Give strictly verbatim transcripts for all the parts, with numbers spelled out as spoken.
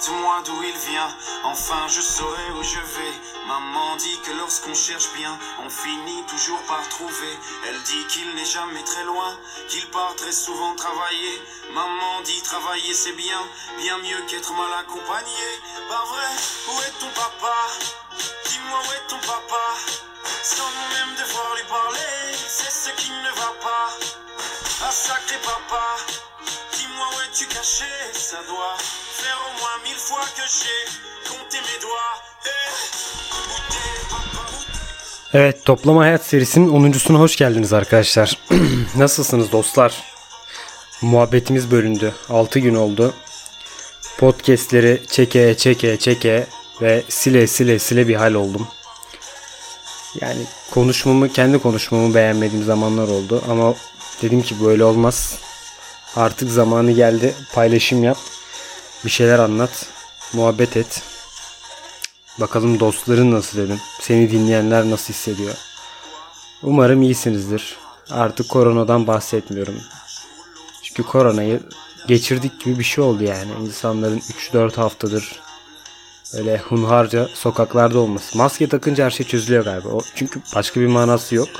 Dites-moi d'où il vient, enfin je saurai où je vais. Maman dit que lorsqu'on cherche bien, on finit toujours par trouver. Elle dit qu'il n'est jamais très loin, qu'il part très souvent travailler. Maman dit travailler c'est bien, bien mieux qu'être mal accompagné. Pas vrai, où est ton papa? Dis-moi où est ton papa? Sans même devoir lui parler, c'est ce qui ne va pas. Ah sacré papa, dis-moi où es-tu caché? Ça doit faire au moins mille fois que j'ai compté mes doigts. Hey, où t'es papa, où t'es? Evet, Toplama Hayat serisinin onuncusuna hoş geldiniz arkadaşlar. Nasılsınız dostlar? Muhabbetimiz bölündü. altı gün oldu. Podcast'leri çeke çeke çeke ve sile sile sile bir hal oldum. Yani konuşmamı, kendi konuşmamı beğenmediğim zamanlar oldu ama dedim ki böyle olmaz. Artık zamanı geldi. Paylaşım yap. Bir şeyler anlat. Muhabbet et. Bakalım dostların nasıl dedim. Seni dinleyenler nasıl hissediyor. Umarım iyisinizdir. Artık koronadan bahsetmiyorum. Çünkü koronayı geçirdik gibi bir şey oldu yani. İnsanların üç dört haftadır öyle hunharca sokaklarda olması. Maske takınca her şey çözülüyor galiba. O, çünkü başka bir manası yok.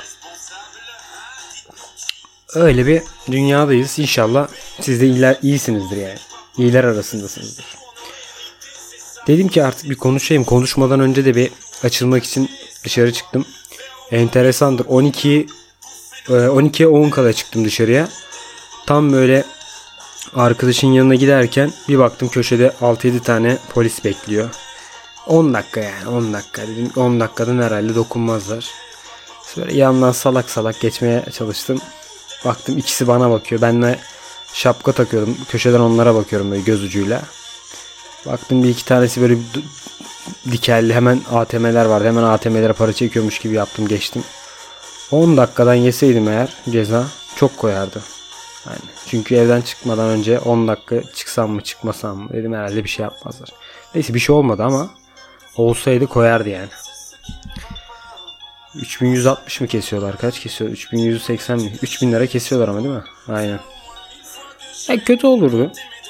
Öyle bir dünyadayız. İnşallah siz de iyiler, iyisinizdir yani. İyiler arasındasınızdır. Dedim ki artık bir konuşayım. Konuşmadan önce de bir açılmak için dışarı çıktım. Enteresandır. on iki on ikiye on kala çıktım dışarıya. Tam böyle arkadaşın yanına giderken bir baktım köşede altı yedi tane polis bekliyor. on dakika yani on dakika dedim. on dakikadan herhalde dokunmazlar. Böyle yandan salak salak geçmeye çalıştım. Baktım ikisi bana bakıyor. Ben de şapka takıyordum. Köşeden onlara bakıyorum böyle göz ucuyla. Baktım bir iki tanesi böyle dikelli, hemen A T M'ler vardı. Hemen A T M'lere para çekiyormuş gibi yaptım, geçtim. on dakikadan yeseydim eğer ceza çok koyardı. Yani çünkü evden çıkmadan önce on dakika çıksam mı çıkmasam mı dedim, herhalde bir şey yapmazlar. Neyse bir şey olmadı ama olsaydı koyardı yani. üç bin yüz altmış mı kesiyorlar? Kaç kesiyor? üç bin yüz seksen mi? üç bin lira kesiyorlar ama değil mi? Aynen. E, kötü olurdu.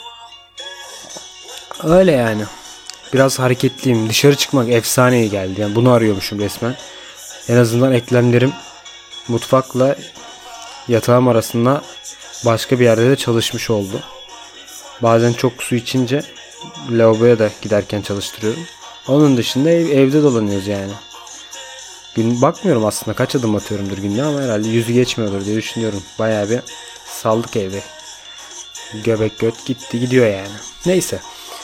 Öyle yani. Biraz hareketliyim. Dışarı çıkmak efsane geldi. Yani bunu arıyormuşum resmen. En azından eklemlerim mutfakla yatağım arasında başka bir yerde de çalışmış oldu. Bazen çok su içince lavaboya da giderken çalıştırıyorum. Onun dışında ev, evde dolanıyoruz yani. Gün bakmıyorum aslında kaç adım atıyorumdur günde ama herhalde yüzü geçmiyordur diye düşünüyorum. Bayağı bir saldık evde. Göbek göt gitti gidiyor yani. Neyse.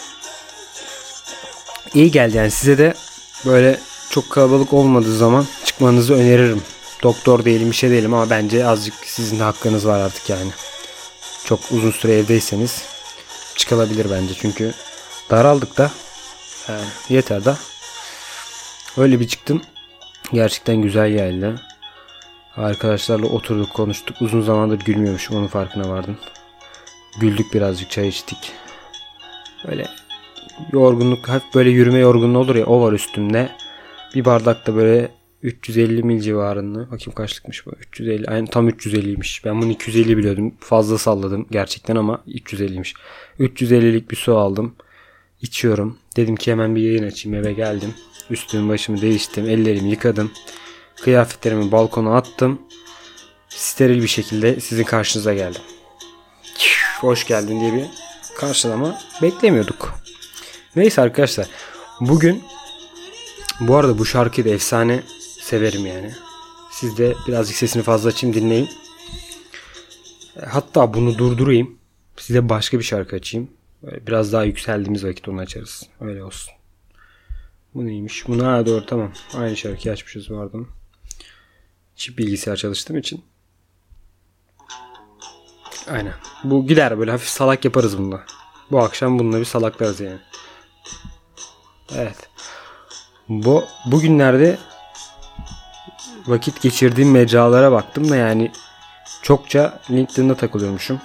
İyi geldi yani, size de böyle çok kalabalık olmadığı zaman çıkmanızı öneririm. Doktor değilim, bir şey değilim ama bence azıcık sizin de hakkınız var artık yani. Çok uzun süre evdeyseniz çıkılabilir bence, çünkü daraldık da yani yeter de. Öyle bir çıktım. Gerçekten güzel geldi. Arkadaşlarla oturduk, konuştuk. Uzun zamandır gülmüyormuşum, onun farkına vardım. Güldük birazcık, çay içtik. Böyle yorgunluk, hafif böyle yürüme yorgunluğu olur ya, o var üstümde. Bir bardak da böyle üç yüz elli mil civarında. Bakayım kaçlıkmış bu? üç yüz elli. Yani tam üç yüz elliymiş. Ben bunu iki yüz elli biliyordum. Fazla salladım gerçekten ama üç yüz elliymiş. üç yüz ellilik bir su aldım. İçiyorum. Dedim ki hemen bir yayın açayım. Eve geldim. Üstümü başımı değiştim. Ellerimi yıkadım. Kıyafetlerimi balkona attım. Steril bir şekilde sizin karşınıza geldim. Hoş geldin diye bir karşılama beklemiyorduk. Neyse arkadaşlar. Bugün bu arada bu şarkıyı da efsane severim yani. Siz de birazcık sesini fazla açayım, dinleyin. Hatta bunu durdurayım. Size başka bir şarkı açayım. Biraz daha yükseldiğimiz vakit onu açarız. Öyle olsun. Bu neymiş? Bunu ha doğru, tamam. Aynı şarkıyı açmışız bu arada. Çift bilgisayar çalıştığım için. Aynen. Bu gider, böyle hafif salak yaparız bununla. Bu akşam bununla bir salaklarız yani. Evet. Bu bugünlerde vakit geçirdiğim mecralara baktım da yani çokça LinkedIn'da takılıyormuşum.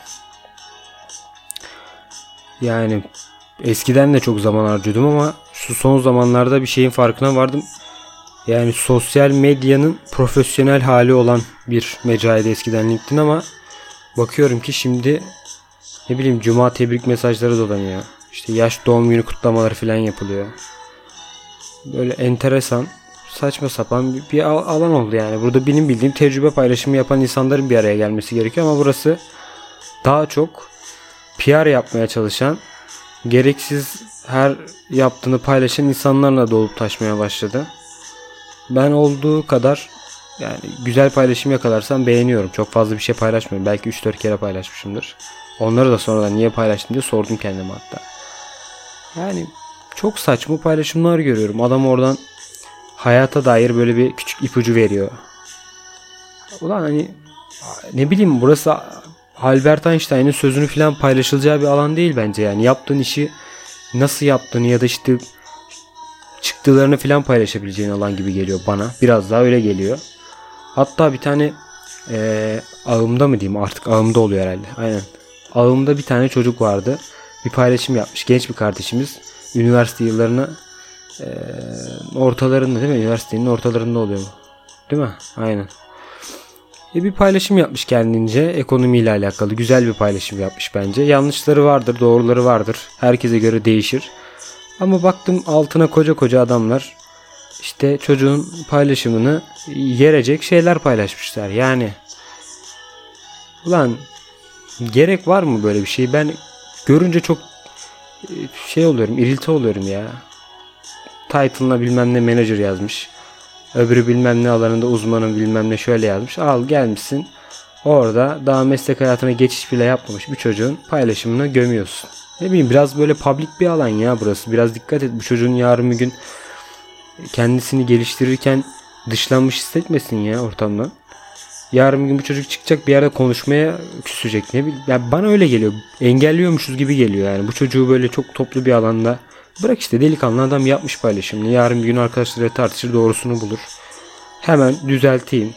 Yani eskiden de çok zaman harcıyordum ama şu son zamanlarda bir şeyin farkına vardım. Yani sosyal medyanın profesyonel hali olan bir mecraydı eskiden LinkedIn ama bakıyorum ki şimdi ne bileyim cuma tebrik mesajları dolanıyor. İşte yaş doğum günü kutlamaları falan yapılıyor. Böyle enteresan, saçma sapan bir, bir alan oldu yani. Burada benim bildiğim tecrübe paylaşımı yapan insanların bir araya gelmesi gerekiyor ama burası daha çok P R yapmaya çalışan, gereksiz her yaptığını paylaşan insanlarla dolup taşmaya başladı. Ben olduğu kadar yani güzel paylaşım yakalarsam beğeniyorum. Çok fazla bir şey paylaşmıyorum. Belki üç dört kere paylaşmışımdır. Onları da sonradan niye paylaştın diye sordum kendime hatta. Yani çok saçma paylaşımlar görüyorum. Adam oradan hayata dair böyle bir küçük ipucu veriyor. Ulan hani ne bileyim, burası Albert Einstein'ın sözünü falan paylaşılacağı bir alan değil bence yani. Yaptığın işi nasıl yaptığını ya da işte çıktılarını falan paylaşabileceğin alan gibi geliyor bana. Biraz daha öyle geliyor. Hatta bir tane e, ağımda mı diyeyim, artık ağımda oluyor herhalde. Aynen. Ağımda bir tane çocuk vardı. Bir paylaşım yapmış. Genç bir kardeşimiz. Üniversite yıllarına e, ortalarında değil mi? Üniversitenin ortalarında oluyor mu? Değil mi? Aynen. E bir paylaşım yapmış kendince. Ekonomiyle alakalı. Güzel bir paylaşım yapmış bence. Yanlışları vardır, doğruları vardır. Herkese göre değişir. Ama baktım altına koca koca adamlar işte çocuğun paylaşımını yerecek şeyler paylaşmışlar. Yani ulan gerek var mı böyle bir şey? Ben görünce çok şey oluyorum, irrite oluyorum ya. Title'ına bilmem ne manager yazmış. Öbürü bilmem ne alanında uzmanım bilmem ne şöyle yazmış. Al gelmişsin orada daha meslek hayatına geçiş bile yapmamış bir çocuğun paylaşımını gömüyorsun. Ne bileyim, biraz böyle public bir alan ya burası. Biraz dikkat et, bu çocuğun yarın bir gün kendisini geliştirirken dışlanmış hissetmesin ya ortamdan. Yarın bir gün bu çocuk çıkacak bir yerde konuşmaya küsecek, ne bileyim. Yani bana öyle geliyor. Engelliyormuşuz gibi geliyor yani. Bu çocuğu böyle çok toplu bir alanda bırak, işte delikanlı adam yapmış paylaşımını. Yarın bir gün arkadaşlarıyla tartışır, doğrusunu bulur. Hemen düzelteyim.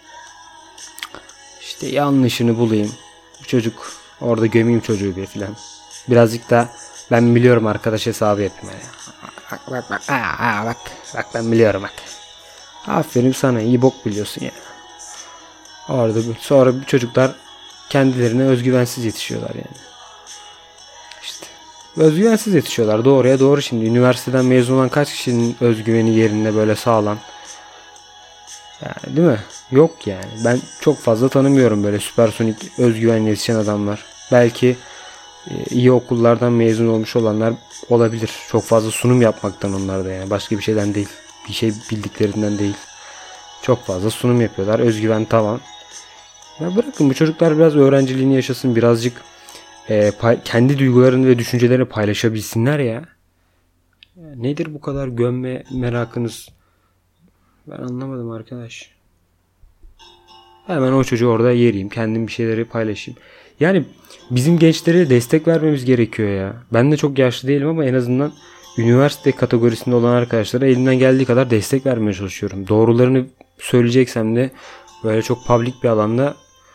İşte yanlışını bulayım. Bu çocuk orada gömeyim çocuğu bir filan. Birazcık da ben biliyorum arkadaş hesabı yapayım yani. Bak bak bak aa, bak bak ben biliyorum bak. Aferin sana, iyi bok biliyorsun ya. Orada sonra bu çocuklar kendilerine özgüvensiz yetişiyorlar yani. İşte özgüvensiz yetişiyorlar, doğruya doğru. Şimdi üniversiteden mezun olan kaç kişinin özgüveni yerinde böyle sağlam? Yani değil mi? Yok yani. Ben çok fazla tanımıyorum böyle süpersonik özgüvenle yetişen adamlar. Belki iyi okullardan mezun olmuş olanlar olabilir. Çok fazla sunum yapmaktan onlar da yani. Başka bir şeyden değil. Bir şey bildiklerinden değil. Çok fazla sunum yapıyorlar. Özgüven tavan. Ya bırakın bu çocuklar biraz öğrenciliğini yaşasın. Birazcık e, pay, kendi duygularını ve düşüncelerini paylaşabilsinler ya. Ya. Nedir bu kadar gömme merakınız? Ben anlamadım arkadaş. Hemen o çocuğu orada yereyim. Kendim bir şeyleri paylaşayım. Yani bizim gençlere destek vermemiz gerekiyor ya. Ben de çok yaşlı değilim ama en azından üniversite kategorisinde olan arkadaşlara elimden geldiği kadar destek vermeye çalışıyorum. Doğrularını söyleyeceksem de böyle çok public bir alanda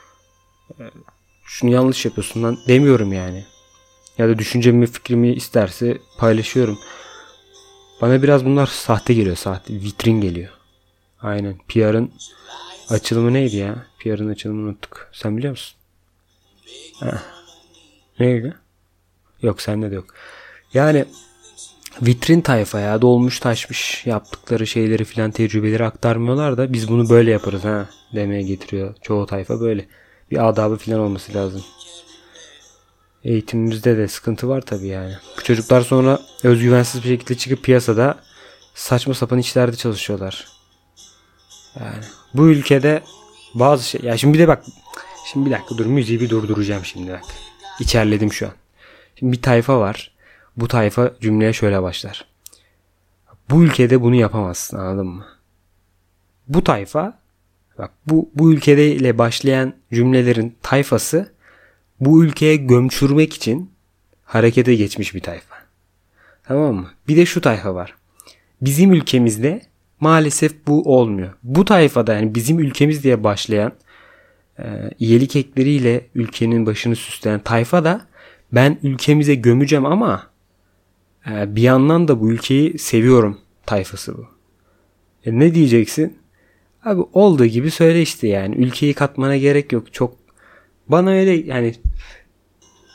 şunu yanlış yapıyorsun lan demiyorum yani. Ya da düşüncemi, fikrimi isterse paylaşıyorum. Bana biraz bunlar sahte geliyor. Sahte, vitrin geliyor. Aynen. P R'ın açılımı neydi ya? P R'ın açılımını unuttuk. Sen biliyor musun? Heh. Neydi? Yok, sende de yok. Yani vitrin tayfa ya, dolmuş taşmış, yaptıkları şeyleri filan, tecrübeleri aktarmıyorlar da biz bunu böyle yaparız ha demeye getiriyor çoğu tayfa. Böyle bir adabı filan olması lazım. Eğitimimizde de sıkıntı var tabii yani. Bu çocuklar sonra özgüvensiz bir şekilde çıkıp piyasada saçma sapan işlerde çalışıyorlar. Yani bu ülkede bazı şey ya, şimdi bir de bak, şimdi bir dakika dur, müziği bir durduracağım şimdi bak. İçerledim şu an. Şimdi bir tayfa var. Bu tayfa cümleye şöyle başlar. Bu ülkede bunu yapamazsın, anladın mı? Bu tayfa bak, bu bu ülkede ile başlayan cümlelerin tayfası bu ülkeye gömçürmek için harekete geçmiş bir tayfa. Tamam mı? Bir de şu tayfa var. Bizim ülkemizde maalesef bu olmuyor. Bu tayfada, yani bizim ülkemiz diye başlayan e, iyilik ekleriyle ülkenin başını süsleyen tayfa da ben ülkemize gömeceğim ama e, bir yandan da bu ülkeyi seviyorum tayfası bu. E, ne diyeceksin? Abi olduğu gibi söyle işte yani. Ülkeyi katmana gerek yok. Çok bana öyle yani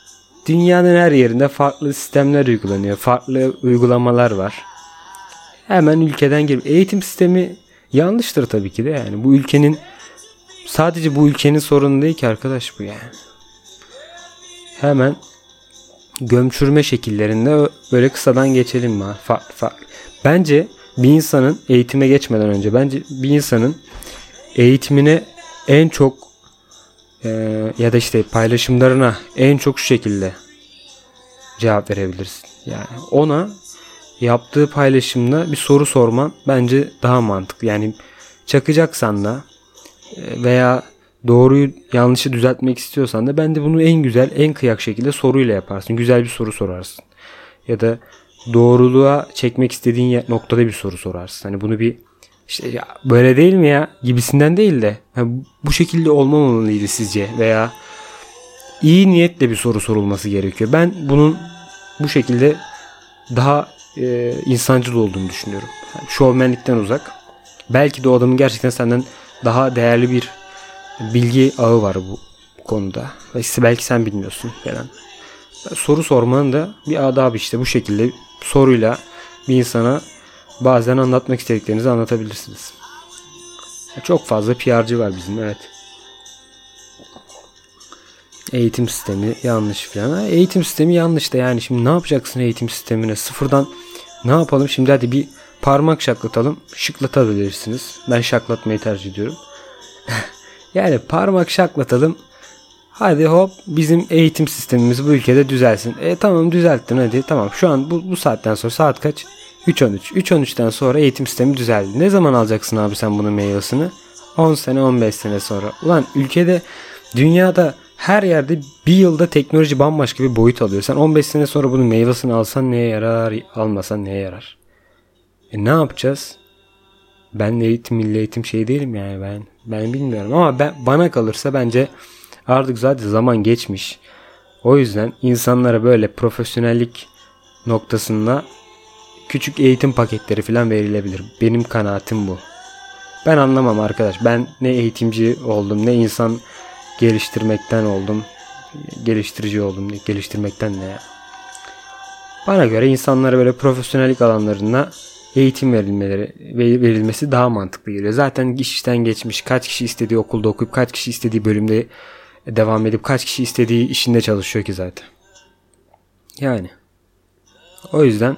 dünyanın her yerinde farklı sistemler uygulanıyor. Farklı uygulamalar var. Hemen ülkeden girip eğitim sistemi yanlıştır tabii ki de yani. Bu ülkenin sadece bu ülkenin sorunu değil ki arkadaş bu yani. Hemen gömçürme şekillerinde böyle kısadan geçelim mi? Farklı farklı. Bence bir insanın eğitime geçmeden önce bence bir insanın eğitimine en çok e, ya da işte paylaşımlarına en çok şu şekilde cevap verebilirsin. Yani ona yaptığı paylaşımda bir soru sorman bence daha mantıklı. Yani çakacaksan da veya doğruyu yanlışı düzeltmek istiyorsan da bence bunu en güzel, en kıyak şekilde soruyla yaparsın. Güzel bir soru sorarsın. Ya da doğruluğa çekmek istediğin noktada bir soru sorarsın. Hani bunu bir işte ya böyle değil mi ya gibisinden değil de yani bu şekilde olmamalıydı sizce veya iyi niyetle bir soru sorulması gerekiyor. Ben bunun bu şekilde daha e, insancıl olduğunu düşünüyorum. Yani şovmenlikten uzak. Belki de o adamın gerçekten senden daha değerli bir bilgi ağı var bu konuda. Ve belki sen bilmiyorsun falan. Soru sormanın da bir adabı işte bu şekilde soruyla bir insana bazen anlatmak istediklerinizi anlatabilirsiniz. Çok fazla P R'cı var bizim, evet. Eğitim sistemi yanlış falan. Eğitim sistemi yanlış da yani şimdi ne yapacaksın eğitim sistemine? Sıfırdan ne yapalım? Şimdi hadi bir parmak şaklatalım. Şıklatabilirsiniz. Ben şaklatmayı tercih ediyorum. Yani parmak şaklatalım. Hadi hop bizim eğitim sistemimiz bu ülkede düzelsin. E tamam düzelttin hadi tamam. Şu an bu, bu saatten sonra saat kaç? üç on üç. üç on üçten sonra eğitim sistemi düzeldi. Ne zaman alacaksın abi sen bunun meyvasını? on sene on beş sene sonra. Ulan ülkede dünyada her yerde bir yılda teknoloji bambaşka bir boyut alıyor. Sen on beş sene sonra bunun meyvasını alsan neye yarar? Almasan neye yarar? E ne yapacağız? Ben eğitim milli eğitim şey değilim yani ben. Ben bilmiyorum ama ben, bana kalırsa bence artık zaten zaman geçmiş. O yüzden insanlara böyle profesyonellik noktasında küçük eğitim paketleri falan verilebilir. Benim kanaatim bu. Ben anlamam arkadaş. Ben ne eğitimci oldum ne insan geliştirmekten oldum. Geliştirici oldum. Geliştirmekten ne ya? Bana göre insanlara böyle profesyonellik alanlarında eğitim verilmeleri verilmesi daha mantıklı geliyor. Zaten işten geçmiş, kaç kişi istediği okulda okuyup kaç kişi istediği bölümde devam edip kaç kişi istediği işinde çalışıyor ki zaten. Yani o yüzden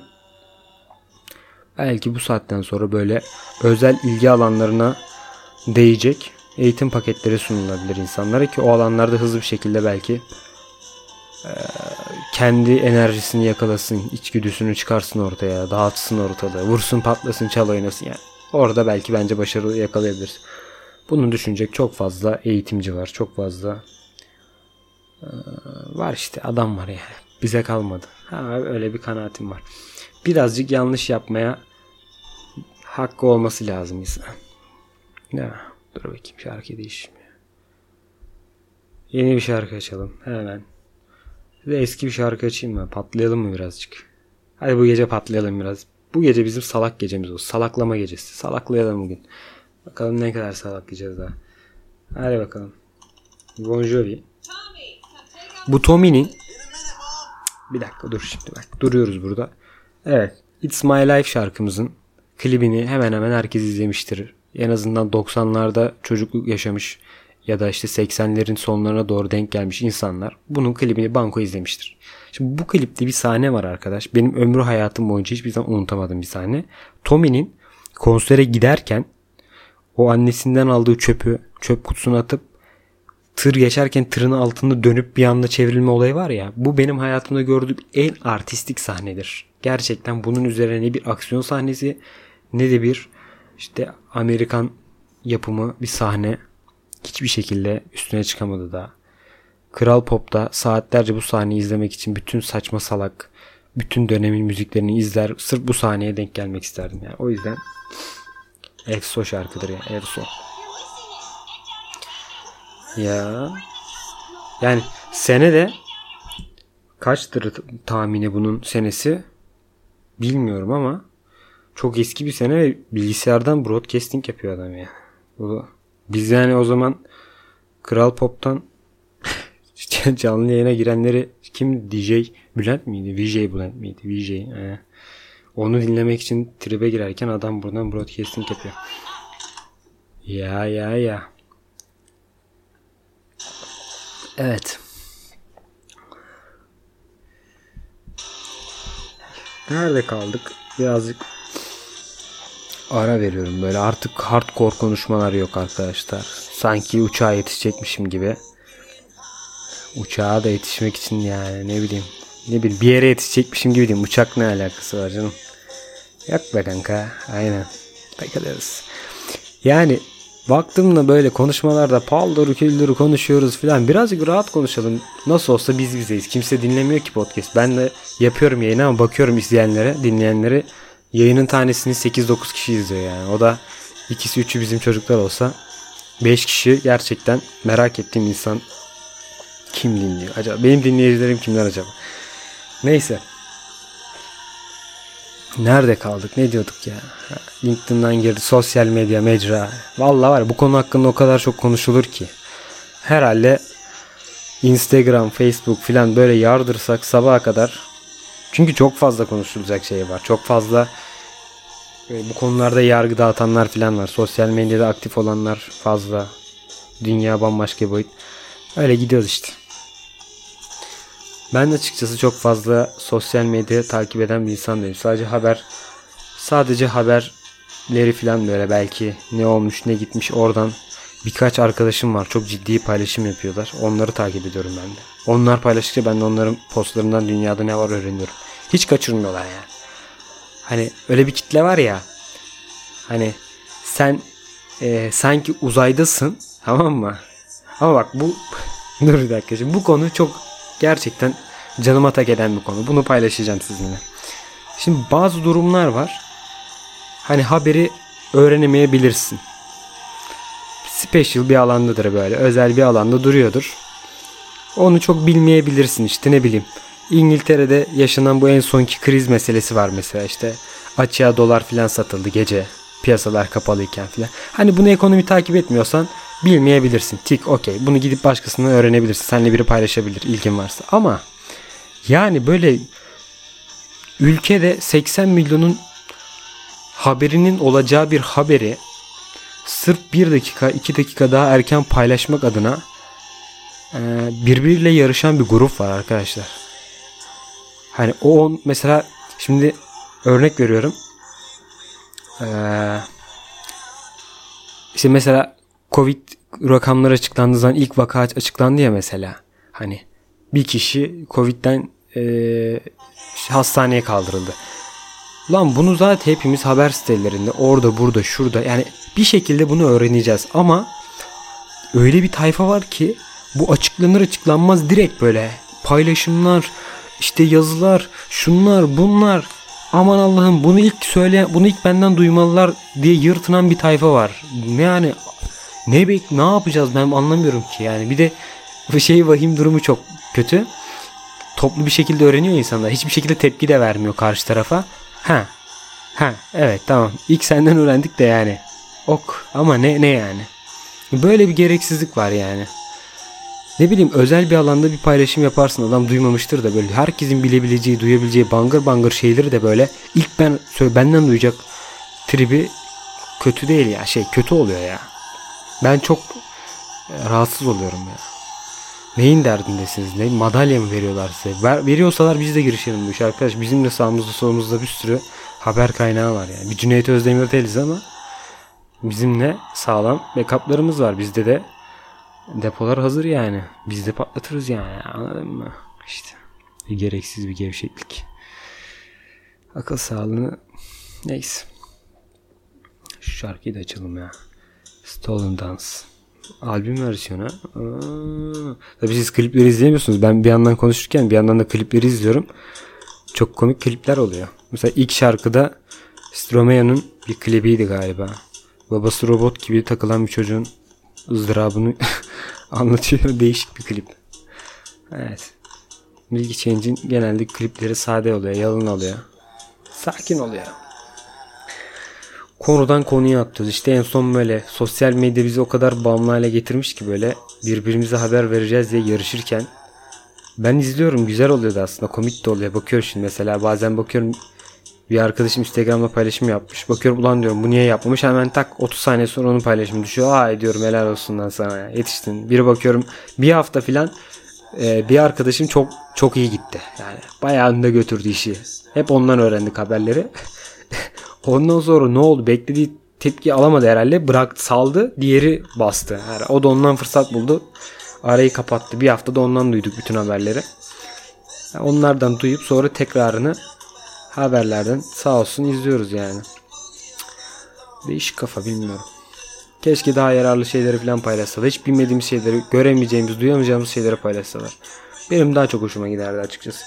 belki bu saatten sonra böyle özel ilgi alanlarına değecek eğitim paketleri sunulabilir insanlara ki o alanlarda hızlı bir şekilde belki e, kendi enerjisini yakalasın, içgüdüsünü çıkarsın ortaya, dağıtsın ortalığı, vursun patlasın, çal oynasın yani. Orada belki bence başarı yakalayabilir. Bunu düşünecek çok fazla eğitimci var, çok fazla e, var işte adam var yani. Bize kalmadı. Ha, öyle bir kanaatim var. Birazcık yanlış yapmaya hakkı olması lazım insan. Ya, dur bakayım şarkı değişmiyor. Yeni bir şarkı açalım hemen. Bir de eski bir şarkı açayım mı? Patlayalım mı birazcık? Hadi bu gece patlayalım biraz. Bu gece bizim salak gecemiz olsun. Salaklama gecesi. Salaklayalım bugün. Bakalım ne kadar salaklayacağız daha. Hadi bakalım. Bon Jovi. Bu Tommy'nin bir dakika dur şimdi bak. Duruyoruz burada. Evet. It's My Life şarkımızın klibini hemen hemen herkes izlemiştir. En azından doksanlarda çocukluk yaşamış ya da işte seksenlerin sonlarına doğru denk gelmiş insanlar bunun klibini banko izlemiştir. Şimdi bu klipte bir sahne var arkadaş. Benim ömrü hayatım boyunca hiçbir zaman unutamadığım bir sahne. Tommy'nin konsere giderken o annesinden aldığı çöpü çöp kutusuna atıp tır geçerken tırın altında dönüp bir anda çevrilme olayı var ya. Bu benim hayatımda gördüğüm en artistik sahnedir. Gerçekten bunun üzerine ne bir aksiyon sahnesi ne de bir işte Amerikan yapımı bir sahne hiçbir şekilde üstüne çıkamadı da. Kral Pop'ta saatlerce bu sahneyi izlemek için bütün saçma salak bütün dönemin müziklerini izler sırf bu sahneye denk gelmek isterdim yani. O yüzden Efso şarkıdır ya. Efso. Ya. Yani sene de kaçtır tahmini bunun senesi bilmiyorum ama çok eski bir sene ve bilgisayardan broadcasting yapıyor adam ya. Bu, biz yani o zaman Kral Pop'tan canlı yayına girenleri Kim? D J Bülent miydi? V J Bülent miydi? V J. Ee, onu dinlemek için tribe girerken adam buradan broadcasting yapıyor. Ya ya ya. Evet. Nerede kaldık? Birazcık ara veriyorum böyle. Artık hardcore konuşmalar yok arkadaşlar. Sanki uçağa yetişecekmişim gibi. Uçağa da yetişmek için yani ne bileyim. Ne bileyim bir yere yetişecekmişim gibi diyeyim. Uçak ne alakası var canım? Yok be kanka. Aynen. Takılıyoruz. Yani baktığımda böyle konuşmalarda paldır küldür konuşuyoruz filan. Birazcık rahat konuşalım. Nasıl olsa biz bizeyiz. Kimse dinlemiyor ki podcast. Ben de yapıyorum yayını ama bakıyorum izleyenlere, dinleyenlere. Yayının tanesini sekiz dokuz kişi izliyor yani. O da ikisi üçü bizim çocuklar olsa beş kişi gerçekten merak ettiğim insan kim dinliyor acaba? Benim dinleyicilerim kimler acaba? Neyse. Nerede kaldık? Ne diyorduk ya? LinkedIn'dan girdi. Sosyal medya, mecra. Vallahi var ya, bu konu hakkında o kadar çok konuşulur ki. Herhalde Instagram, Facebook filan böyle yardırsak sabaha kadar. Çünkü çok fazla konuşulacak şey var. Çok fazla bu konularda yargı dağıtanlar filan var. Sosyal medyada aktif olanlar fazla. Dünya bambaşka bir boyut. Öyle gidiyoruz işte. Ben açıkçası çok fazla sosyal medyayı takip eden bir insan değilim. Sadece haber, sadece haberleri falan böyle belki ne olmuş ne gitmiş oradan birkaç arkadaşım var. Çok ciddi paylaşım yapıyorlar. Onları takip ediyorum ben de. Onlar paylaştıkça ben de onların postlarından dünyada ne var öğreniyorum. Hiç kaçırmıyorlar yani. Hani öyle bir kitle var ya. Hani sen e, sanki uzaydasın, tamam mı? Ama bak bu dur bir dakika şimdi bu konu çok gerçekten canıma tak eden bir konu. Bunu paylaşacağım sizinle. Şimdi bazı durumlar var. Hani haberi öğrenemeyebilirsin. Special bir alandadır böyle. Özel bir alanda duruyordur. Onu çok bilmeyebilirsin işte ne bileyim. İngiltere'de yaşanan bu en sonki kriz meselesi var mesela işte. Açığa dolar filan satıldı gece. Piyasalar kapalıyken filan. Hani bunu ekonomi takip etmiyorsan bilmeyebilirsin. Tik okey. Bunu gidip başkasından öğrenebilirsin. Seninle biri paylaşabilir ilgin varsa. Ama yani böyle ülkede seksen milyonun haberinin olacağı bir haberi sırf bir dakika iki dakika daha erken paylaşmak adına birbiriyle yarışan bir grup var arkadaşlar. Hani o mesela şimdi örnek veriyorum. Ee, işte mesela Covid rakamları açıklandığı zaman ilk vaka açıklandı ya mesela. Hani bir kişi Covid'den e, hastaneye kaldırıldı. Lan bunu zaten hepimiz haber sitelerinde orada burada şurada yani bir şekilde bunu öğreneceğiz ama öyle bir tayfa var ki bu açıklanır açıklanmaz direkt böyle paylaşımlar işte yazılar şunlar bunlar aman Allah'ım bunu ilk söyleyen bunu ilk benden duymalılar diye yırtınan bir tayfa var. Ne yani ne bek ne yapacağız ben anlamıyorum ki yani bir de bu şey vahim durumu çok kötü. Toplu bir şekilde öğreniyor insanlar. Hiçbir şekilde tepki de vermiyor karşı tarafa. Ha. Ha evet tamam. İlk senden öğrendik de yani. Ok ama ne ne yani. Böyle bir gereksizlik var yani. Ne bileyim özel bir alanda bir paylaşım yaparsın adam duymamıştır da böyle herkesin bilebileceği duyabileceği bangır bangır şeyleri de böyle ilk ben benden duyacak tribi kötü değil ya şey kötü oluyor ya. Ben çok rahatsız oluyorum ya. Neyin derdindesiniz? Ne? Madalya mı veriyorlar size? Ver, veriyorsalar biz de girişelim bu iş arkadaş. Bizim de sağımızda solumuzda bir sürü haber kaynağı var yani. Bir Cüneyt Özdemir değiliz ama bizimle sağlam backup'larımız var. Bizde de depolar hazır yani. Biz de patlatırız yani. Anladın mı? İşte gereksiz bir gevşeklik. Akıl sağlığını neyse. Şu şarkıyı da açalım ya. Stolen Dance. Albüm versiyonu. Aa, tabii siz klipleri izleyemiyorsunuz. Ben bir yandan konuşurken bir yandan da klipleri izliyorum. Çok komik klipler oluyor. Mesela ilk şarkıda Stromae'nin bir klibiydi galiba. Babası robot gibi takılan bir çocuğun ızdırabını anlatıyor. Değişik bir klip. Evet. Bilgi Change'in genelde klipleri sade oluyor. Yalın oluyor. Sakin oluyor. Konudan konuya atlıyoruz. İşte en son böyle sosyal medya bizi o kadar bağımlı hale getirmiş ki böyle birbirimize haber vereceğiz diye yarışırken Ben izliyorum, güzel oluyordu aslında, komik de oluyor. Bakıyorum şimdi mesela, bazen bakıyorum bir arkadaşım Instagram'da paylaşım yapmış. Bakıyorum ulan diyorum bu niye yapmamış, hemen tak otuz saniye sonra onun paylaşımı düşüyor. Aa diyorum helal olsun lan sana ya, yetiştin. Bir bakıyorum bir hafta filan e, bir arkadaşım çok çok iyi gitti. Yani bayağı önde götürdü işi. Hep ondan öğrendik haberleri. Ondan sonra ne oldu, beklediği tepki alamadı herhalde, bıraktı saldı, diğeri bastı. Yani o da ondan fırsat buldu. Arayı kapattı. Bir haftada ondan duyduk bütün haberleri. Yani onlardan duyup sonra tekrarını haberlerden sağ olsun izliyoruz yani. Değişik kafa, bilmiyorum. Keşke daha yararlı şeyleri falan paylaşsalar. Hiç bilmediğimiz şeyleri, göremeyeceğimiz, duyamayacağımız şeyleri paylaşsalar. Benim daha çok hoşuma giderdi açıkçası.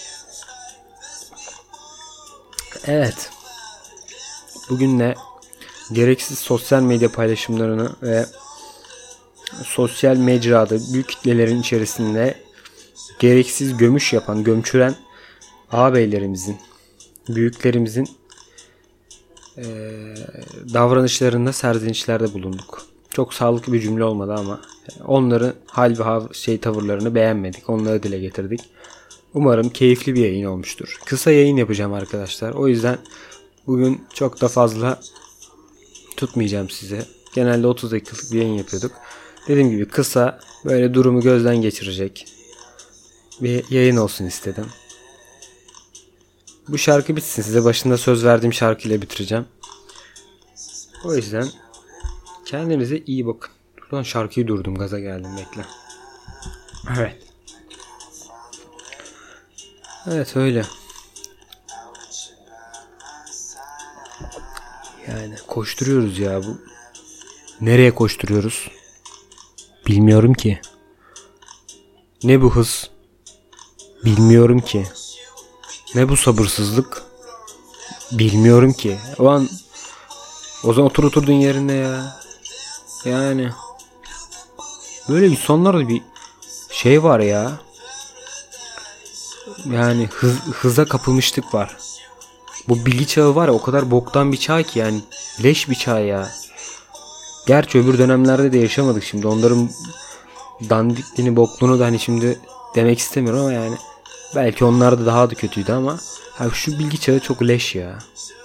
Evet. Bugün de gereksiz sosyal medya paylaşımlarını ve sosyal mecrada büyük kitlelerin içerisinde gereksiz gömüş yapan, gömçüren ağabeylerimizin, büyüklerimizin e, davranışlarında serzenişlerde bulunduk. Çok sağlıklı bir cümle olmadı ama onların hal ve hav, şey tavırlarını beğenmedik. Onları dile getirdik. Umarım keyifli bir yayın olmuştur. Kısa yayın yapacağım arkadaşlar. O yüzden bugün çok da fazla tutmayacağım size. Genelde otuz dakikalık bir yayın yapıyorduk. Dediğim gibi kısa, böyle durumu gözden geçirecek bir yayın olsun istedim. Bu şarkı bitsin. Size başında söz verdiğim şarkıyla bitireceğim. O yüzden kendinize iyi bakın. Buradan şarkıyı durdum, gaza geldim, bekle. Evet. Evet öyle. Yani koşturuyoruz ya bu. Nereye koşturuyoruz? Bilmiyorum ki. Ne bu hız? Bilmiyorum ki. Ne bu sabırsızlık? Bilmiyorum ki. O an o zaman otur oturduğun yerinde ya. Yani böyle insanlarda bir şey var ya. Yani hız, hıza kapılmışlık var. Bu bilgi çağı var ya, o kadar boktan bir çağ ki yani. Leş bir çağ ya. Gerçi öbür dönemlerde de yaşamadık şimdi. Onların dandikliğini, bokluğunu da hani şimdi demek istemiyorum ama yani belki onlar da daha da kötüydü ama abi şu bilgi çağı çok leş ya.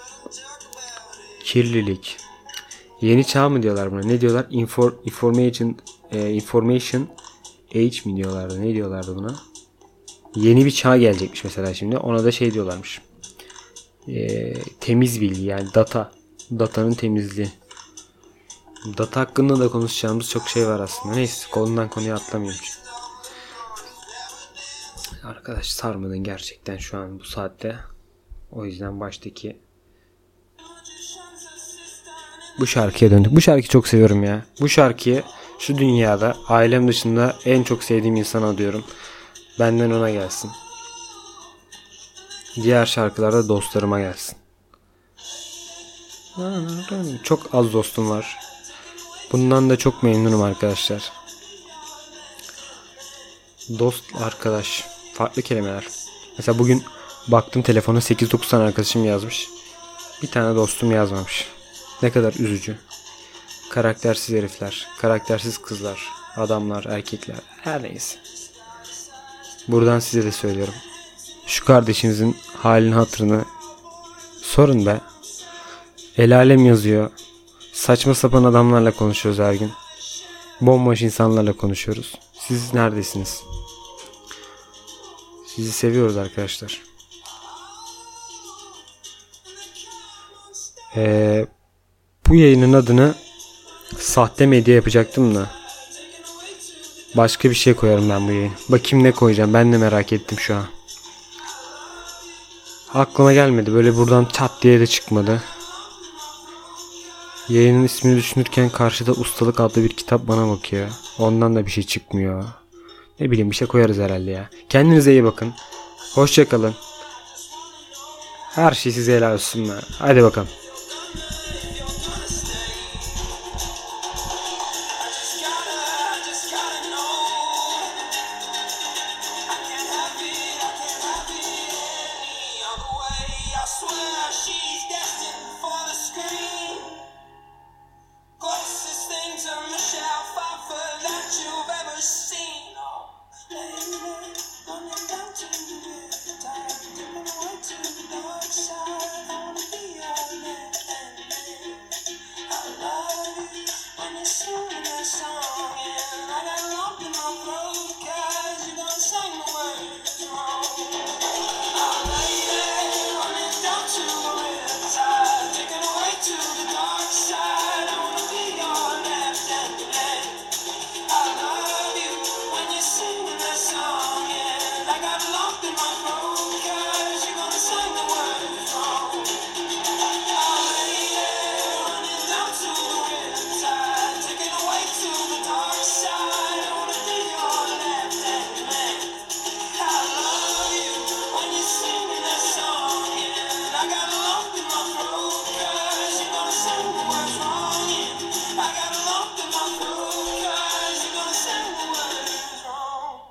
Kirlilik. Yeni çağ mı diyorlar buna? Ne diyorlar? Infor, information e, information age mi diyorlardı? Ne diyorlardı buna? Yeni bir çağ gelecekmiş mesela şimdi. Ona da şey diyorlarmış. E, temiz bilgi, yani data. Datanın temizliği. Data hakkında da konuşacağımız çok şey var aslında. Neyse, konudan konuya atlamayayım. Arkadaş sarmadın gerçekten şu an bu saatte. O yüzden baştaki bu şarkıya döndük. Bu şarkıyı çok seviyorum ya. Bu şarkıyı şu dünyada ailem dışında en çok sevdiğim insana adıyorum. Benden ona gelsin. Diğer şarkılarda dostlarıma gelsin. Çok az dostum var. Bundan da çok memnunum arkadaşlar. Dost, arkadaş, farklı kelimeler. Mesela bugün baktım telefona, sekiz dokuz tane arkadaşım yazmış. Bir tane dostum yazmamış. Ne kadar üzücü. Karaktersiz herifler, karaktersiz kızlar, adamlar, erkekler, her neyse. Buradan size de söylüyorum. Şu kardeşinizin halini hatırını sorun be. El alem yazıyor. Saçma sapan adamlarla konuşuyoruz her gün. Bomboş insanlarla konuşuyoruz. Siz neredesiniz? Sizi seviyoruz arkadaşlar. Ee, bu yayının adını sahte medya yapacaktım da başka bir şey koyarım ben bu yayın. Bakayım ne koyacağım, ben de merak ettim şu an. Aklıma gelmedi, böyle buradan çat diye de çıkmadı. Yayının ismini düşünürken karşıda Ustalık adlı bir kitap bana bakıyor. Ondan da bir şey çıkmıyor. Ne bileyim, bir şey koyarız herhalde ya. Kendinize iyi bakın. Hoşça kalın. Her şey size helal olsun. Hadi bakalım. I swear she's destined.